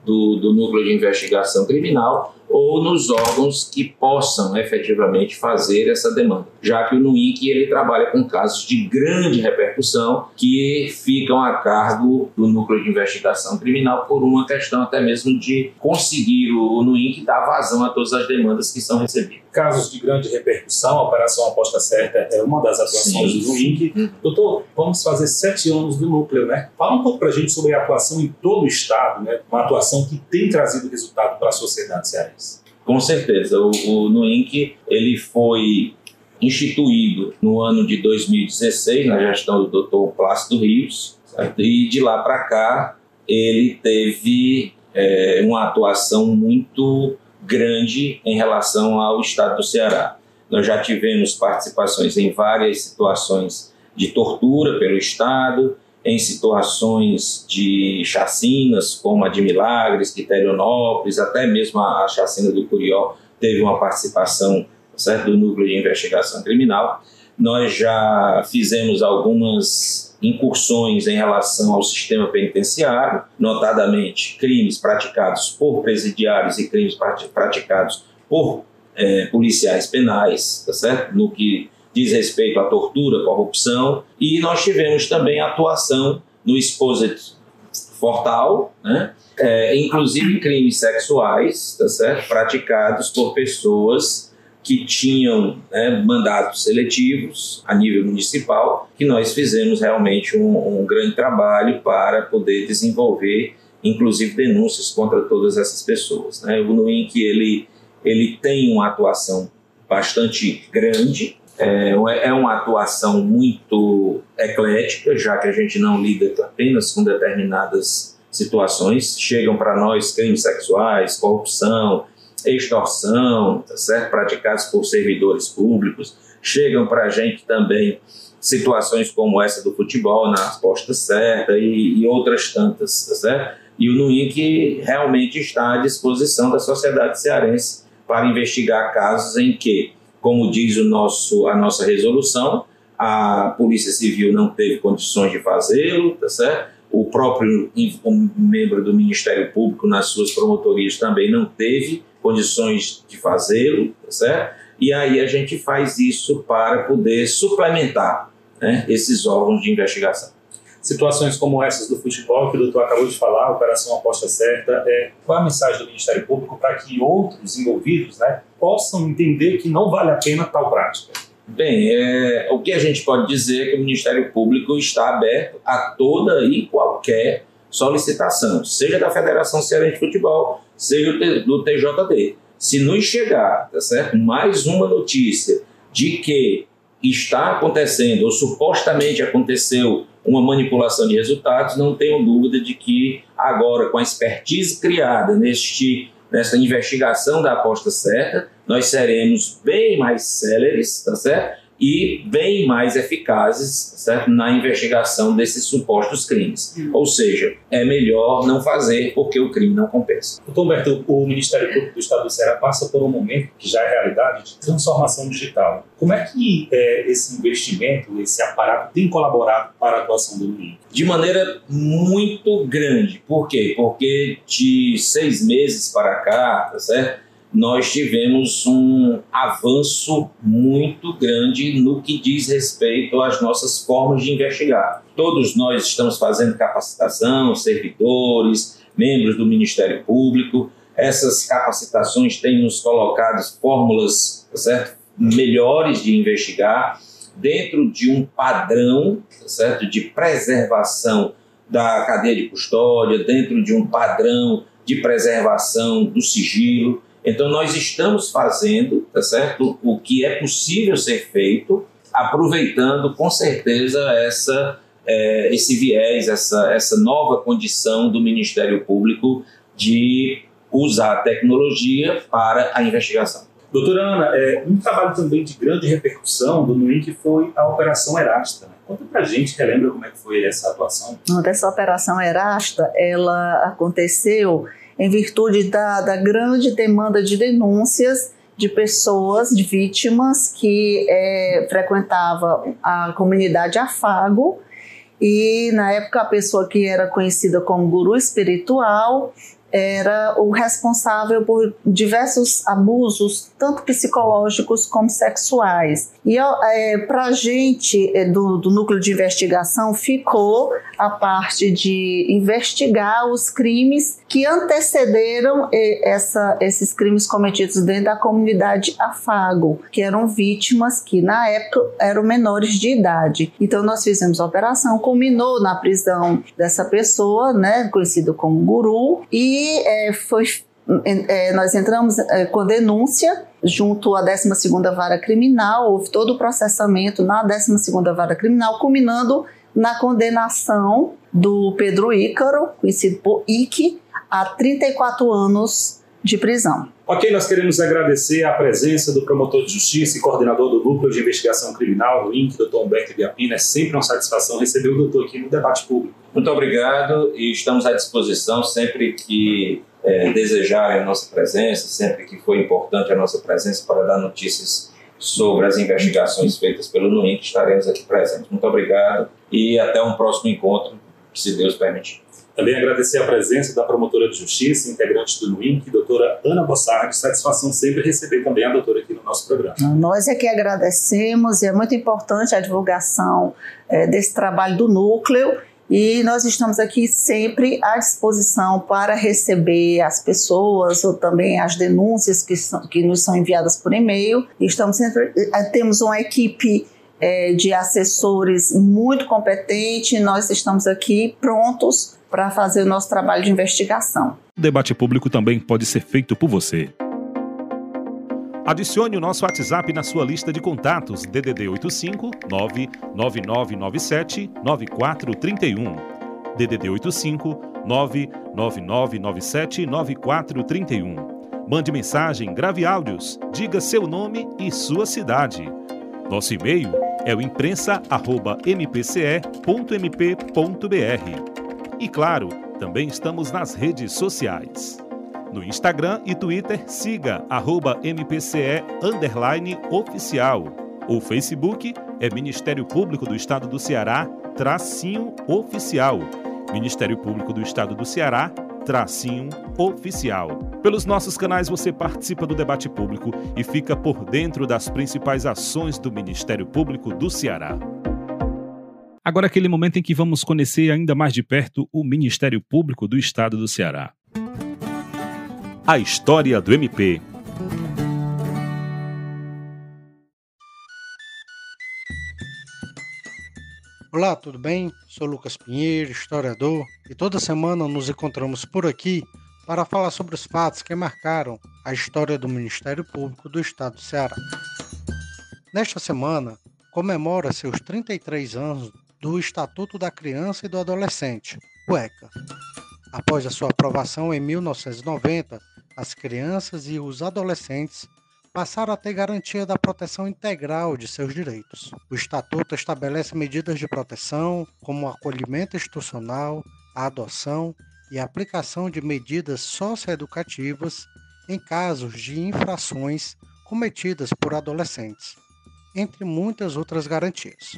do Núcleo de Investigação Criminal ou nos órgãos que possam efetivamente fazer essa demanda, já que o NUINC ele trabalha com casos de grande repercussão que ficam a cargo do Núcleo de Investigação Criminal por uma questão até mesmo de conseguir o NUINC dar vazão a todas as demandas que são recebidas. Casos de grande repercussão, a Operação Aposta Certa é uma das atuações do NUINC. Doutor, vamos fazer 7 anos do Núcleo, né? Fala um pouco para a gente sobre a atuação em todo o Estado, né? Uma atuação que tem trazido resultado para a sociedade cearense. Com certeza, o NUINC ele foi instituído no ano de 2016, na gestão do Dr. Plácido Rios, certo? E de lá para cá ele teve uma atuação muito grande em relação ao Estado do Ceará. Nós já tivemos participações em várias situações de tortura pelo Estado, em situações de chacinas, como a de Milagres, Quiterianópolis, até mesmo a chacina do Curió teve uma participação, certo, do Núcleo de Investigação Criminal. Nós já fizemos algumas incursões em relação ao sistema penitenciário, notadamente crimes praticados por presidiários e crimes praticados por policiais penais, tá certo? No que diz respeito à tortura, corrupção, e nós tivemos também atuação no Exposit Fortal, né? Inclusive crimes sexuais, tá certo? Praticados por pessoas que tinham mandatos seletivos a nível municipal, que nós fizemos realmente um grande trabalho para poder desenvolver, inclusive, denúncias contra todas essas pessoas, né? O NUINC ele tem uma atuação bastante grande, é uma atuação muito eclética, já que a gente não lida apenas com determinadas situações. Chegam para nós crimes sexuais, corrupção, extorsão, tá certo? Praticados por servidores públicos. Chegam para a gente também situações como essa do futebol, na aposta certa e outras tantas, tá certo? E o NUINC realmente está à disposição da sociedade cearense para investigar casos em que, como diz a nossa resolução, a Polícia Civil não teve condições de fazê-lo, tá certo? O próprio membro do Ministério Público, nas suas promotorias, também não teve condições de fazê-lo, tá certo? E aí a gente faz isso para poder suplementar, né, esses órgãos de investigação. Situações como essas do futebol, que o doutor acabou de falar, a Operação Aposta Certa, qual a mensagem do Ministério Público para que outros envolvidos, né, possam entender que não vale a pena tal prática? Bem, o que a gente pode dizer é que o Ministério Público está aberto a toda e qualquer solicitação, seja da Federação Cearense de Futebol, seja do TJD. Se nos chegar, tá certo, mais uma notícia de que está acontecendo ou supostamente aconteceu uma manipulação de resultados, não tenho dúvida de que agora, com a expertise criada nessa investigação da aposta certa, nós seremos bem mais céleres, tá certo? E bem mais eficazes, tá certo? Na investigação desses supostos crimes. Ou seja, é melhor não fazer porque o crime não compensa. Doutor Humberto, o Ministério Público do Estado do Ceará passa por um momento que já é realidade de transformação digital. Como é que esse investimento, esse aparato tem colaborado para a atuação do NUINC? De maneira muito grande. Por quê? Porque de 6 meses para cá, tá certo? nós tivemos um avanço muito grande no que diz respeito às nossas formas de investigar. Todos nós estamos fazendo capacitação, servidores, membros do Ministério Público. Essas capacitações têm nos colocado fórmulas, certo, melhores de investigar, dentro de um padrão, certo, de preservação da cadeia de custódia, dentro de um padrão de preservação do sigilo. Então, nós estamos fazendo, tá certo, o que é possível ser feito, aproveitando com certeza esse viés, essa nova condição do Ministério Público de usar a tecnologia para a investigação. Doutora Ana, um trabalho também de grande repercussão do NUINC foi a Operação Erasta. Conta pra gente, relembra como é que foi essa atuação? Essa Operação Erasta, ela aconteceu em virtude da grande demanda de denúncias de pessoas, de vítimas que frequentavam a comunidade Afago, e na época a pessoa que era conhecida como guru espiritual era o responsável por diversos abusos, tanto psicológicos como sexuais. E para a gente do núcleo de investigação ficou a parte de investigar os crimes que antecederam esses crimes cometidos dentro da comunidade Afago, que eram vítimas que na época eram menores de idade. Então nós fizemos a operação, culminou na prisão dessa pessoa, né, conhecida como guru, e nós entramos com denúncia junto à 12ª Vara Criminal, houve todo o processamento na 12ª Vara Criminal, culminando na condenação do Pedro Ícaro, conhecido por Ike, a 34 anos de prisão. Ok, nós queremos agradecer a presença do promotor de justiça e coordenador do Núcleo de Investigação Criminal, do INC, Dr. Humberto Ibiapina. É sempre uma satisfação receber o doutor aqui no Debate Público. Muito obrigado e estamos à disposição sempre que desejarem a nossa presença, sempre que for importante a nossa presença para dar notícias sobre as investigações feitas pelo NUINC, estaremos aqui presentes. Muito obrigado e até um próximo encontro, se Deus permitir. Também agradecer a presença da promotora de justiça, integrante do NUINC, doutora Ana Bossardi. Satisfação sempre receber também a doutora aqui no nosso programa. Nós é que agradecemos, e é muito importante a divulgação desse trabalho do núcleo, e nós estamos aqui sempre à disposição para receber as pessoas ou também as denúncias que nos são enviadas por e-mail. Temos uma equipe de assessores muito competente, nós estamos aqui prontos para fazer o nosso trabalho de investigação. O debate público também pode ser feito por você. Adicione o nosso WhatsApp na sua lista de contatos, DDD 85 99997 9431. DDD 85 99997 9431. Mande mensagem, grave áudios, diga seu nome e sua cidade. Nosso e-mail é o imprensa@mpce.mp.br. E claro, também estamos nas redes sociais. No Instagram e Twitter, siga @MPCE_oficial. O Facebook é Ministério Público do Estado do Ceará, _oficial. Ministério Público do Estado do Ceará, _oficial. Pelos nossos canais você participa do debate público e fica por dentro das principais ações do Ministério Público do Ceará. Agora é aquele momento em que vamos conhecer ainda mais de perto o Ministério Público do Estado do Ceará. A história do MP. Olá, tudo bem? Sou Lucas Pinheiro, historiador, e toda semana nos encontramos por aqui para falar sobre os fatos que marcaram a história do Ministério Público do Estado do Ceará. Nesta semana, comemora-se os 33 anos do Estatuto da Criança e do Adolescente, o ECA. Após a sua aprovação em 1990, as crianças e os adolescentes passaram a ter garantia da proteção integral de seus direitos. O Estatuto estabelece medidas de proteção, como o acolhimento institucional, a adoção e a aplicação de medidas socioeducativas em casos de infrações cometidas por adolescentes, entre muitas outras garantias.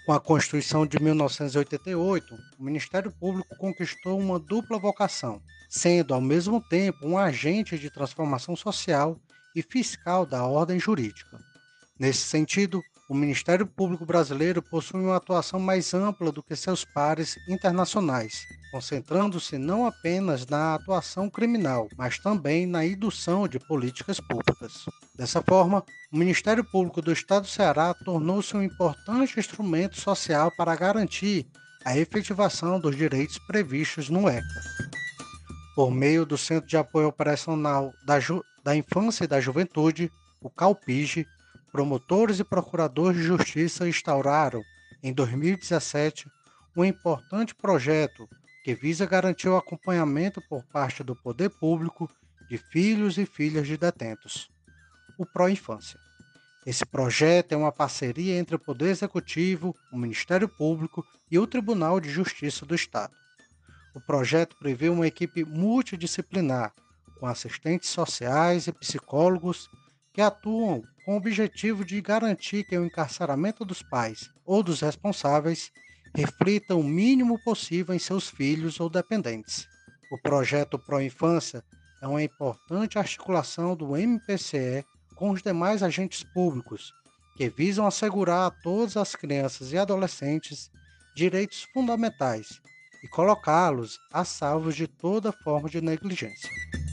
Com a Constituição de 1988, o Ministério Público conquistou uma dupla vocação, sendo ao mesmo tempo um agente de transformação social e fiscal da ordem jurídica. Nesse sentido, o Ministério Público brasileiro possui uma atuação mais ampla do que seus pares internacionais, concentrando-se não apenas na atuação criminal, mas também na indução de políticas públicas. Dessa forma, o Ministério Público do Estado do Ceará tornou-se um importante instrumento social para garantir a efetivação dos direitos previstos no ECA. Por meio do Centro de Apoio Operacional da Infância e da Juventude, o CAUPIGE, promotores e procuradores de justiça instauraram, em 2017, um importante projeto que visa garantir o acompanhamento por parte do poder público de filhos e filhas de detentos, o Pró-Infância. Esse projeto é uma parceria entre o Poder Executivo, o Ministério Público e o Tribunal de Justiça do Estado. O projeto prevê uma equipe multidisciplinar, com assistentes sociais e psicólogos que atuam com o objetivo de garantir que o encarceramento dos pais ou dos responsáveis reflita o mínimo possível em seus filhos ou dependentes. O projeto Pró-Infância é uma importante articulação do MPCE com os demais agentes públicos, que visam assegurar a todas as crianças e adolescentes direitos fundamentais e colocá-los a salvo de toda forma de negligência.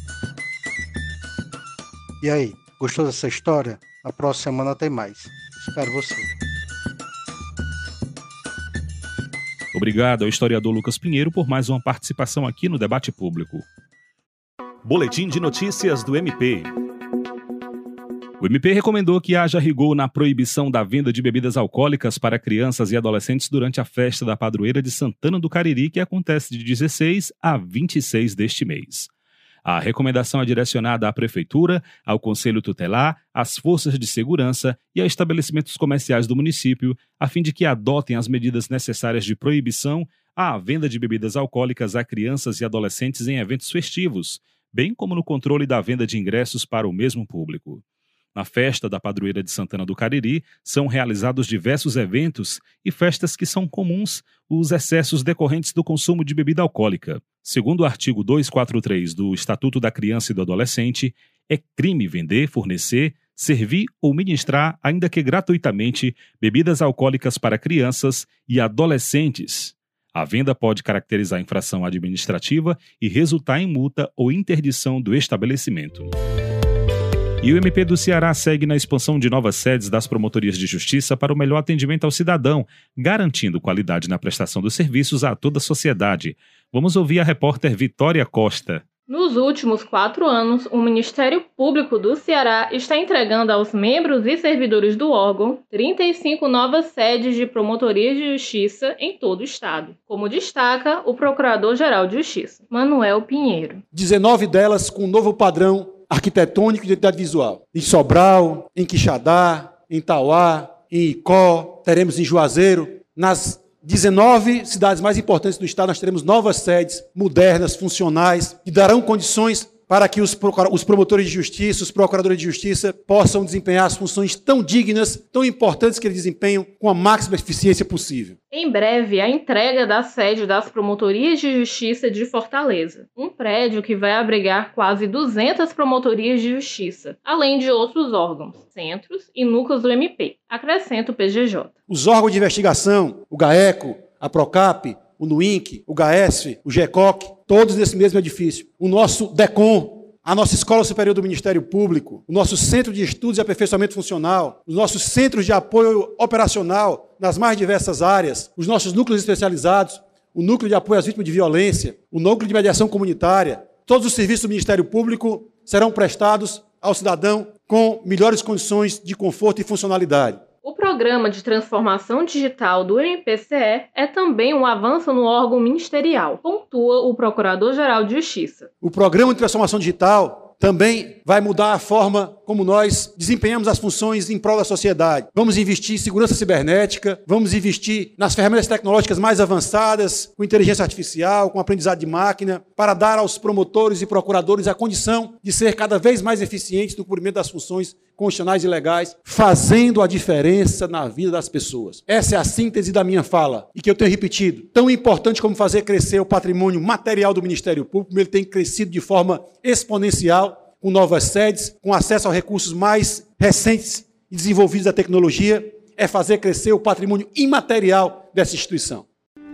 E aí, gostou dessa história? Na próxima semana tem mais. Espero você. Obrigado ao historiador Lucas Pinheiro por mais uma participação aqui no Debate Público. Boletim de notícias do MP. O MP recomendou que haja rigor na proibição da venda de bebidas alcoólicas para crianças e adolescentes durante a festa da Padroeira de Santana do Cariri, que acontece de 16 a 26 deste mês. A recomendação é direcionada à Prefeitura, ao Conselho Tutelar, às forças de segurança e a estabelecimentos comerciais do município, a fim de que adotem as medidas necessárias de proibição à venda de bebidas alcoólicas a crianças e adolescentes em eventos festivos, bem como no controle da venda de ingressos para o mesmo público. Na festa da Padroeira de Santana do Cariri, são realizados diversos eventos e festas que são comuns os excessos decorrentes do consumo de bebida alcoólica. Segundo o artigo 243 do Estatuto da Criança e do Adolescente, é crime vender, fornecer, servir ou ministrar, ainda que gratuitamente, bebidas alcoólicas para crianças e adolescentes. A venda pode caracterizar infração administrativa e resultar em multa ou interdição do estabelecimento. E o MP do Ceará segue na expansão de novas sedes das promotorias de justiça para o melhor atendimento ao cidadão, garantindo qualidade na prestação dos serviços a toda a sociedade. Vamos ouvir a repórter Vitória Costa. Nos últimos 4 anos, o Ministério Público do Ceará está entregando aos membros e servidores do órgão 35 novas sedes de promotorias de justiça em todo o estado, como destaca o Procurador-Geral de Justiça, Manuel Pinheiro. 19 delas com um novo padrão arquitetônico de identidade visual. Em Sobral, em Quixadá, em Tauá, em Icó, teremos em Juazeiro. Nas 19 cidades mais importantes do estado, nós teremos novas sedes modernas, funcionais, que darão condições para que os promotores de justiça, os procuradores de justiça possam desempenhar as funções tão dignas, tão importantes que eles desempenham com a máxima eficiência possível. Em breve, a entrega da sede das promotorias de justiça de Fortaleza, um prédio que vai abrigar quase 200 promotorias de justiça, além de outros órgãos, centros e núcleos do MP, acrescenta o PGJ. Os órgãos de investigação, o GAECO, a PROCAP, o NUINC, o GAESF, o GECOC, todos nesse mesmo edifício. O nosso DECOM, a nossa Escola Superior do Ministério Público, o nosso Centro de Estudos e Aperfeiçoamento Funcional, os nossos centros de apoio operacional nas mais diversas áreas, os nossos núcleos especializados, o Núcleo de Apoio às Vítimas de Violência, o Núcleo de Mediação Comunitária, todos os serviços do Ministério Público serão prestados ao cidadão com melhores condições de conforto e funcionalidade. O Programa de Transformação Digital do MPCE é também um avanço no órgão ministerial, pontua o Procurador-Geral de Justiça. O Programa de Transformação Digital também vai mudar a forma como nós desempenhamos as funções em prol da sociedade. Vamos investir em segurança cibernética, vamos investir nas ferramentas tecnológicas mais avançadas, com inteligência artificial, com aprendizado de máquina, para dar aos promotores e procuradores a condição de ser cada vez mais eficientes no cumprimento das funções constitucionais e legais, fazendo a diferença na vida das pessoas. Essa é a síntese da minha fala, e que eu tenho repetido. Tão importante como fazer crescer o patrimônio material do Ministério Público, ele tem crescido de forma exponencial, com novas sedes, com acesso a recursos mais recentes e desenvolvidos da tecnologia, é fazer crescer o patrimônio imaterial dessa instituição.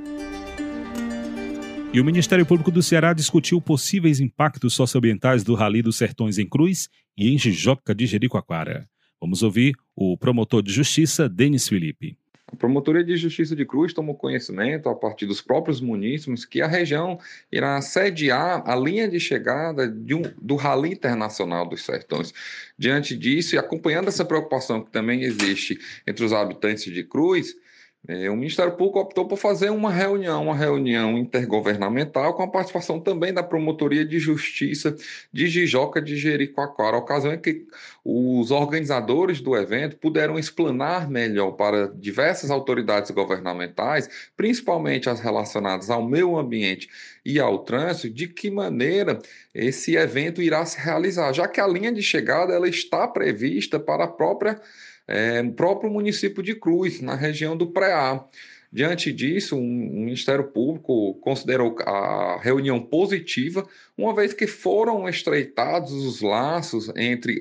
E o Ministério Público do Ceará discutiu possíveis impactos socioambientais do Rally dos Sertões em Cruz e em Jijoca de Jericoacoara. Vamos ouvir o promotor de justiça, Denis Felipe. A Promotoria de Justiça de Cruz tomou conhecimento, a partir dos próprios munícipes, que a região irá sediar a linha de chegada do Rally Internacional dos Sertões. Diante disso, e acompanhando essa preocupação que também existe entre os habitantes de Cruz, o Ministério Público optou por fazer uma reunião intergovernamental com a participação também da Promotoria de Justiça de Jijoca de Jericoacoara, a ocasião em que os organizadores do evento puderam explanar melhor para diversas autoridades governamentais, principalmente as relacionadas ao meio ambiente e ao trânsito, de que maneira esse evento irá se realizar, já que a linha de chegada ela está prevista para o próprio município de Cruz, na região do Preá. Diante disso, o Ministério Público considerou a reunião positiva, uma vez que foram estreitados os laços entre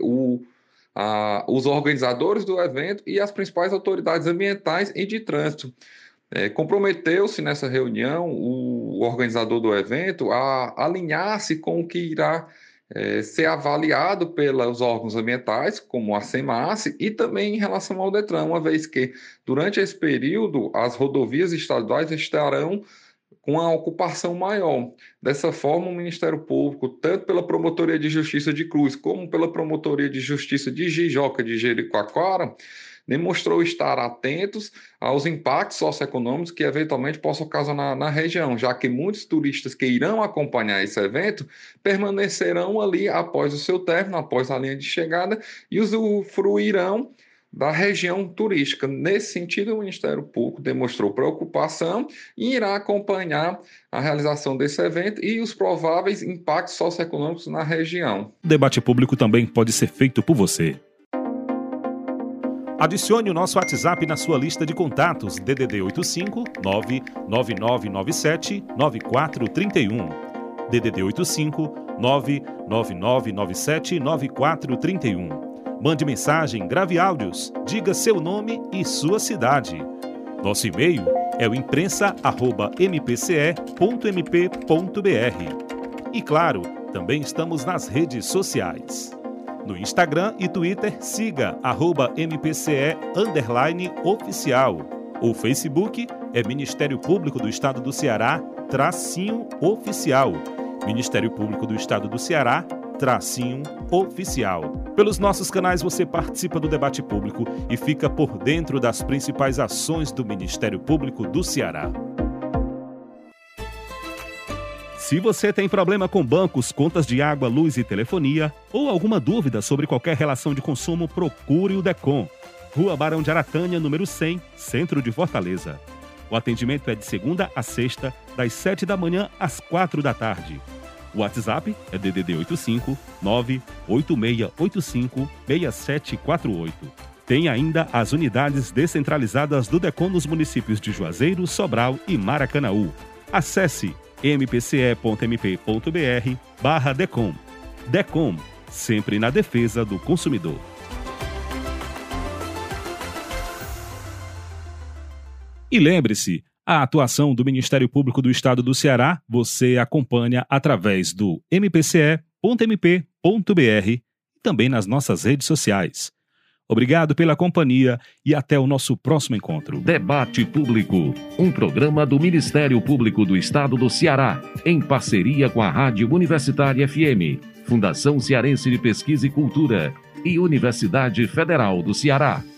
os organizadores do evento e as principais autoridades ambientais e de trânsito. Comprometeu-se nessa reunião o organizador do evento a alinhar-se com o que irá ser avaliado pelos órgãos ambientais, como a SEMAS, e também em relação ao DETRAN, uma vez que, durante esse período, as rodovias estaduais estarão com a ocupação maior. Dessa forma, o Ministério Público, tanto pela Promotoria de Justiça de Cruz, como pela Promotoria de Justiça de Jijoca de Jericoacoara, demonstrou estar atentos aos impactos socioeconômicos que eventualmente possam ocasionar na região, já que muitos turistas que irão acompanhar esse evento permanecerão ali após o seu término, após a linha de chegada, e usufruirão da região turística. Nesse sentido, o Ministério Público demonstrou preocupação e irá acompanhar a realização desse evento e os prováveis impactos socioeconômicos na região. O debate público também pode ser feito por você. Adicione o nosso WhatsApp na sua lista de contatos, DDD 85 99997 9431. DDD 85 99997 9431. Mande mensagem, grave áudios, diga seu nome e sua cidade. Nosso e-mail é o imprensa@mpce.mp.br. E claro, também estamos nas redes sociais. No Instagram e Twitter, siga @MPCE_oficial. O Facebook é Ministério Público do Estado do Ceará, _oficial. Ministério Público do Estado do Ceará, _oficial. Pelos nossos canais você participa do debate público e fica por dentro das principais ações do Ministério Público do Ceará. Se você tem problema com bancos, contas de água, luz e telefonia, ou alguma dúvida sobre qualquer relação de consumo, procure o DECOM. Rua Barão de Aratânia, número 100, Centro de Fortaleza. O atendimento é de segunda a sexta, das 7 da manhã às 4 da tarde. O WhatsApp é DDD 85 98685 6748. Tem ainda as unidades descentralizadas do DECOM nos municípios de Juazeiro, Sobral e Maracanaú. Acesse mpce.mp.br/DECOM. DECOM, sempre na defesa do consumidor. E lembre-se, a atuação do Ministério Público do Estado do Ceará você acompanha através do mpce.mp.br e também nas nossas redes sociais. Obrigado pela companhia e até o nosso próximo encontro. Debate Público, um programa do Ministério Público do Estado do Ceará, em parceria com a Rádio Universitária FM, Fundação Cearense de Pesquisa e Cultura e Universidade Federal do Ceará.